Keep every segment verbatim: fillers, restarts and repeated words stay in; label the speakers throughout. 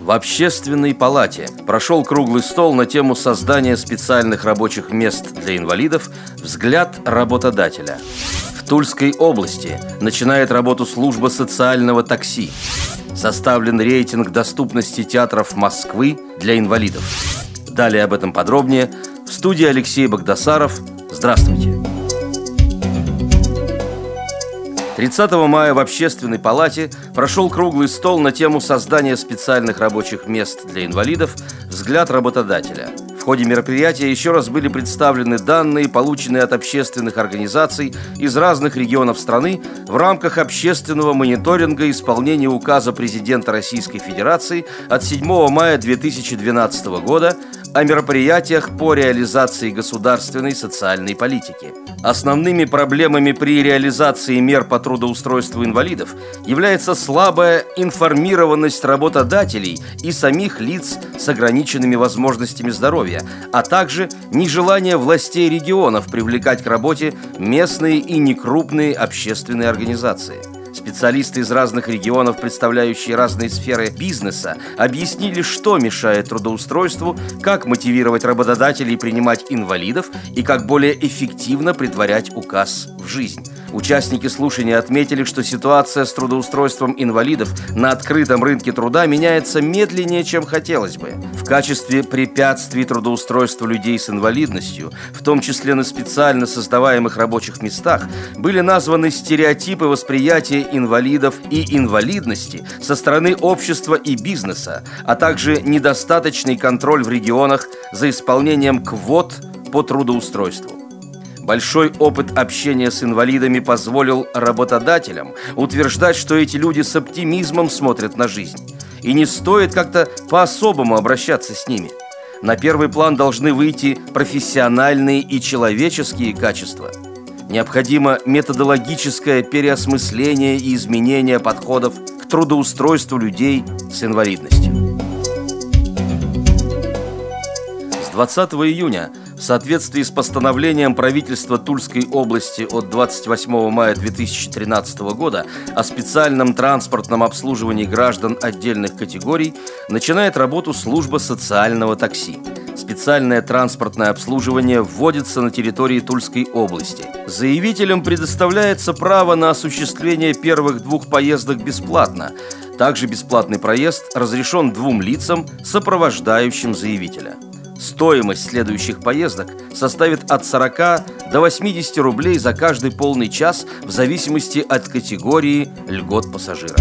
Speaker 1: В Общественной палате прошел круглый стол на тему создания специальных рабочих мест для инвалидов «Взгляд работодателя». В Тульской области начинает работу служба социального такси. Составлен рейтинг доступности театров Москвы для инвалидов. Далее об этом подробнее. В студии Алексей Багдасаров. Здравствуйте. тридцатого мая в Общественной палате прошел круглый стол на тему создания специальных рабочих мест для инвалидов «Взгляд работодателя». В ходе мероприятия еще раз были представлены данные, полученные от общественных организаций из разных регионов страны в рамках общественного мониторинга исполнения указа президента Российской Федерации от седьмого мая две тысячи двенадцатого года о мероприятиях по реализации государственной социальной политики. Основными проблемами при реализации мер по трудоустройству инвалидов является слабая информированность работодателей и самих лиц с ограниченными возможностями здоровья, а также нежелание властей регионов привлекать к работе местные и некрупные общественные организации. Специалисты из разных регионов, представляющие разные сферы бизнеса, объяснили, что мешает трудоустройству, как мотивировать работодателей принимать инвалидов и как более эффективно претворять указ в жизнь. Участники слушания отметили, что ситуация с трудоустройством инвалидов на открытом рынке труда меняется медленнее, чем хотелось бы. В качестве препятствий трудоустройству людей с инвалидностью, в том числе на специально создаваемых рабочих местах, были названы стереотипы восприятия инвалидов и инвалидности со стороны общества и бизнеса, а также недостаточный контроль в регионах за исполнением квот по трудоустройству. Большой опыт общения с инвалидами позволил работодателям утверждать, что эти люди с оптимизмом смотрят на жизнь, и не стоит как-то по-особому обращаться с ними. На первый план должны выйти профессиональные и человеческие качества. Необходимо методологическое переосмысление и изменение подходов к трудоустройству людей с инвалидностью. С двадцатого июня в соответствии с постановлением правительства Тульской области от двадцать восьмого мая две тысячи тринадцатого года о специальном транспортном обслуживании граждан отдельных категорий начинает работу служба социального такси. Специальное транспортное обслуживание вводится на территории Тульской области. Заявителям предоставляется право на осуществление первых двух поездок бесплатно. Также бесплатный проезд разрешен двум лицам, сопровождающим заявителя. Стоимость следующих поездок составит от сорока до восьмидесяти рублей за каждый полный час в зависимости от категории льгот пассажира.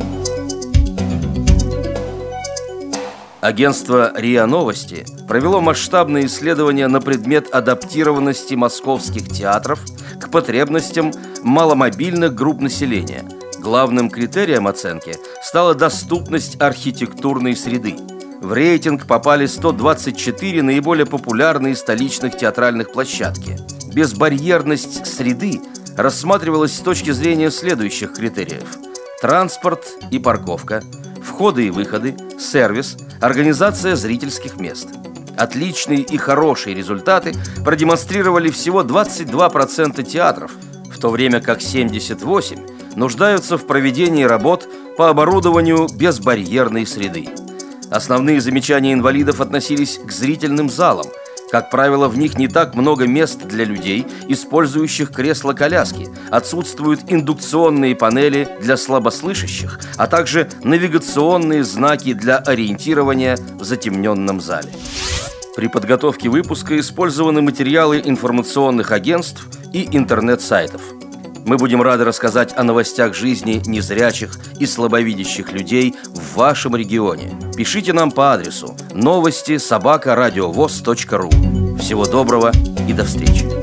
Speaker 1: Агентство РИА Новости провело масштабное исследование на предмет адаптированности московских театров к потребностям маломобильных групп населения. Главным критерием оценки стала доступность архитектурной среды. В рейтинг попали сто двадцать четыре наиболее популярные столичных театральных площадки. Безбарьерность среды рассматривалась с точки зрения следующих критериев: транспорт и парковка, входы и выходы, сервис, организация зрительских мест. Отличные и хорошие результаты продемонстрировали всего двадцать два процента театров, в то время как семьдесят восемь процентов нуждаются в проведении работ по оборудованию безбарьерной среды. Основные замечания инвалидов относились к зрительным залам. Как правило, в них не так много мест для людей, использующих кресла-коляски. Отсутствуют индукционные панели для слабослышащих, а также навигационные знаки для ориентирования в затемненном зале. При подготовке выпуска использованы материалы информационных агентств и интернет-сайтов. Мы будем рады рассказать о новостях жизни незрячих и слабовидящих людей в вашем регионе. Пишите нам по адресу новости собака радиовоз точка ру. Всего доброго и до встречи!